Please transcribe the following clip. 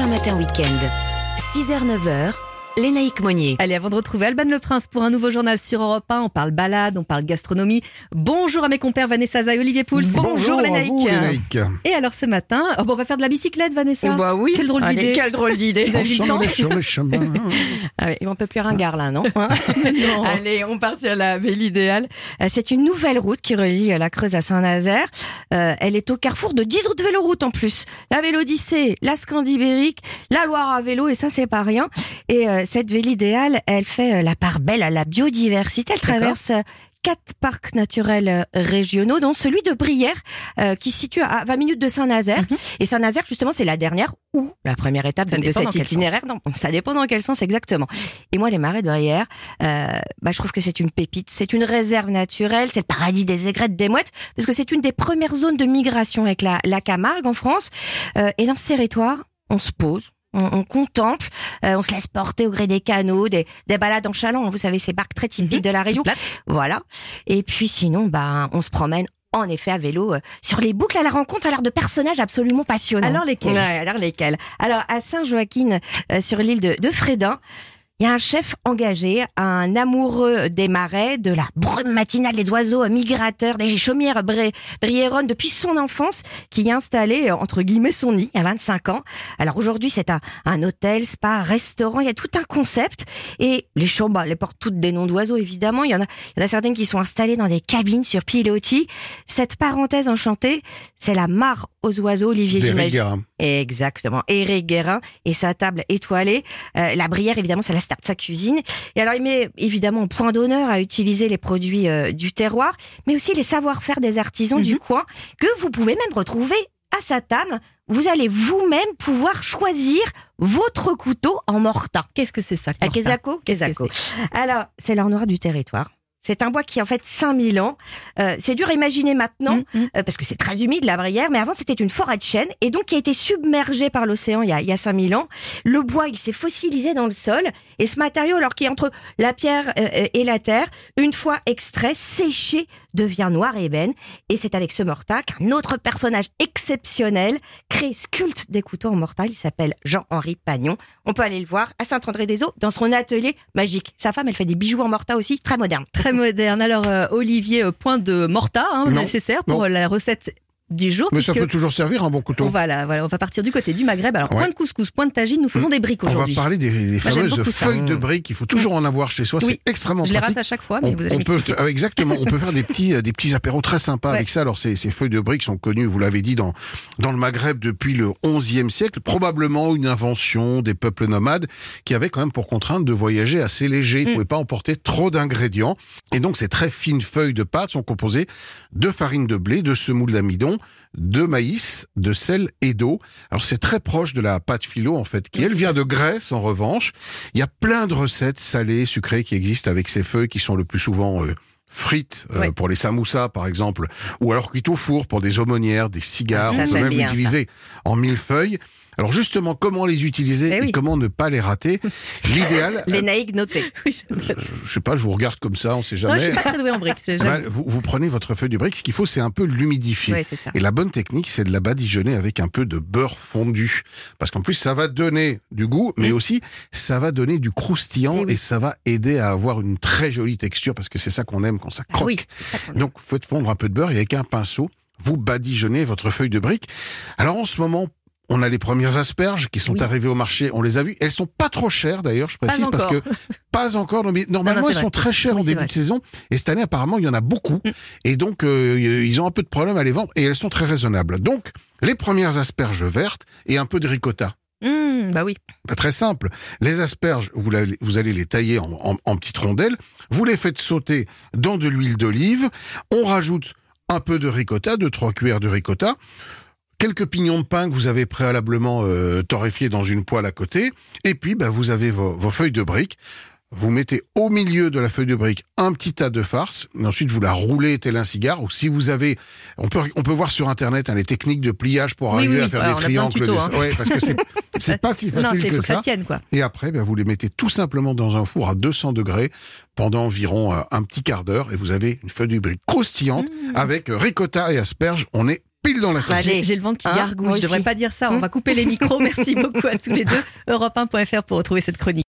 1 matin week-end. 6h-9h, Lénaïque Monnier. Allez, avant de retrouver Alban Le Prince pour un nouveau journal sur Europe 1, on parle balade, on parle gastronomie. Bonjour à mes compères Vanessa Zay et Olivier Pouls. Bonjour Lénaïque. Et alors ce matin, on va faire de la bicyclette, Vanessa. Bah oui. Quelle drôle d'idée. Quelle drôle d'idée. Vous avez le temps Sur les chemins. Ah oui, on peut plus ringard là, non? Non. Allez, on part sur la ville idéale. C'est une nouvelle route qui relie la Creuse à Saint-Nazaire. Elle est au carrefour de 10 autres véloroutes en plus. La Vélodyssée, la Scandibérique, la Loire à vélo, et ça c'est pas rien. Et cette ville idéale, elle fait la part belle à la biodiversité. Elle traverse 4 parcs naturels régionaux, dont celui de Brière, qui se situe à 20 minutes de Saint-Nazaire. Et Saint-Nazaire, justement, c'est la dernière ou la première étape de cet itinéraire. Non, ça dépend dans quel sens exactement. Et moi, les marais de Brière, je trouve que c'est une pépite. C'est une réserve naturelle, c'est le paradis des aigrettes, des mouettes, parce que c'est une des premières zones de migration avec la Camargue en France. Et dans ce territoire, on se pose. On contemple, on se laisse porter au gré des canaux, des balades en chaland, vous savez, ces barques très typiques de la région. Voilà. Et puis sinon, on se promène en effet à vélo sur les boucles à la rencontre de personnages absolument passionnants. Alors lesquels? Alors à Saint-Joaquin, sur l'île de Frédin, il y a un chef engagé, un amoureux des marais, de la brume matinale des oiseaux migrateurs, des chaumières briéronnes depuis son enfance, qui y a installé, entre guillemets, son nid, il y a 25 ans. Alors aujourd'hui, c'est un hôtel, spa, restaurant, il y a tout un concept. Et les chambres, elles portent toutes des noms d'oiseaux, évidemment. Il y en a certaines qui sont installées dans des cabines sur pilotis. Cette parenthèse enchantée, c'est la mare aux oiseaux, Olivier, j'imagine. Exactement. Éric Guérin et sa table étoilée. La Brière, évidemment, c'est la star de sa cuisine. Et alors, il met évidemment au point d'honneur à utiliser les produits du terroir, mais aussi les savoir-faire des artisans du coin, que vous pouvez même retrouver à sa table. Vous allez vous-même pouvoir choisir votre couteau en morta. Qu'est-ce que c'est ça? Quesaco. Alors, c'est l'or noir du territoire. C'est un bois qui a en fait 5000 ans. C'est dur à imaginer maintenant, parce que c'est très humide la Brière, mais avant c'était une forêt de chênes, et donc qui a été submergée par l'océan il y a 5000 ans. Le bois, il s'est fossilisé dans le sol, et ce matériau, alors qui est entre la pierre et la terre, une fois extrait, séché, devient noir et ébène. Et c'est avec ce morta qu'un autre personnage exceptionnel crée, sculpte des couteaux en morta. Il s'appelle Jean-Henri Pagnon. On peut aller le voir à Saint-André-des-Eaux dans son atelier magique. Sa femme, elle fait des bijoux en morta aussi, très moderne. Très moderne. Alors Olivier, point de morta nécessaire pour la recette du jour. Mais ça peut toujours servir un bon couteau. Voilà, on va partir du côté du Maghreb. Alors, point de couscous, point de tagine, nous faisons des briques aujourd'hui. On va parler des fameuses feuilles de briques. Il faut toujours en avoir chez soi. C'est extrêmement pratique. Je les rate à chaque fois, mais vous allez m'expliquer. Exactement. On peut faire des petits apéros très sympas avec ça. Alors, ces feuilles de briques sont connues, vous l'avez dit, dans le Maghreb depuis le XIe siècle. Probablement une invention des peuples nomades qui avaient quand même pour contrainte de voyager assez léger. Ils ne pouvaient pas emporter trop d'ingrédients. Et donc, ces très fines feuilles de pâte sont composées de farine de blé, de semoule d'amidon, de maïs, de sel et d'eau. Alors c'est très proche de la pâte philo en fait, qui elle vient de Grèce en revanche. Il y a plein de recettes salées, sucrées qui existent avec ces feuilles qui sont le plus souvent frites pour les samoussas par exemple, ou alors cuites au four pour des aumônières, des cigares. On peut même utiliser en millefeuilles. Alors justement, comment les utiliser et comment ne pas les rater? L'idéal... Lénaïque noté. Je sais pas, je vous regarde comme ça, on sait jamais. Non, je suis pas très douée en briques. Vous prenez votre feuille de brique, ce qu'il faut, c'est un peu l'humidifier. Oui, c'est ça. Et la bonne technique, c'est de la badigeonner avec un peu de beurre fondu. Parce qu'en plus, ça va donner du goût, mais aussi, ça va donner du croustillant et ça va aider à avoir une très jolie texture, parce que c'est ça qu'on aime quand ça croque. Donc, faites fondre un peu de beurre et avec un pinceau, vous badigeonnez votre feuille de brique. Alors, en ce moment, on a les premières asperges qui sont arrivées au marché, on les a vues. Elles sont pas trop chères d'ailleurs, je précise, parce que pas encore. Mais normalement, elles sont très chères en début de saison. Et cette année, apparemment, il y en a beaucoup. Et donc, ils ont un peu de problème à les vendre et elles sont très raisonnables. Donc, les premières asperges vertes et un peu de ricotta. Très simple. Les asperges, vous allez les tailler en petites rondelles. Vous les faites sauter dans de l'huile d'olive. On rajoute un peu de ricotta, 2-3 cuillères de ricotta. Quelques pignons de pain que vous avez préalablement torréfiés dans une poêle à côté. Et puis, vous avez vos feuilles de briques. Vous mettez au milieu de la feuille de brique un petit tas de farce. Et ensuite, vous la roulez tel un cigare. Ou si vous avez... On peut voir sur Internet les techniques de pliage pour arriver à faire des triangles. Parce que c'est pas si facile que ça. Et après, vous les mettez tout simplement dans un four à 200 degrés pendant environ un petit quart d'heure. Et vous avez une feuille de brique croustillante avec ricotta et asperges. On est pile dans la saison. Allez. J'ai le ventre qui Hein, gargouille. moi Je devrais aussi. pas dire ça. On va couper les micros. Merci beaucoup à tous les deux. Europe1.fr pour retrouver cette chronique.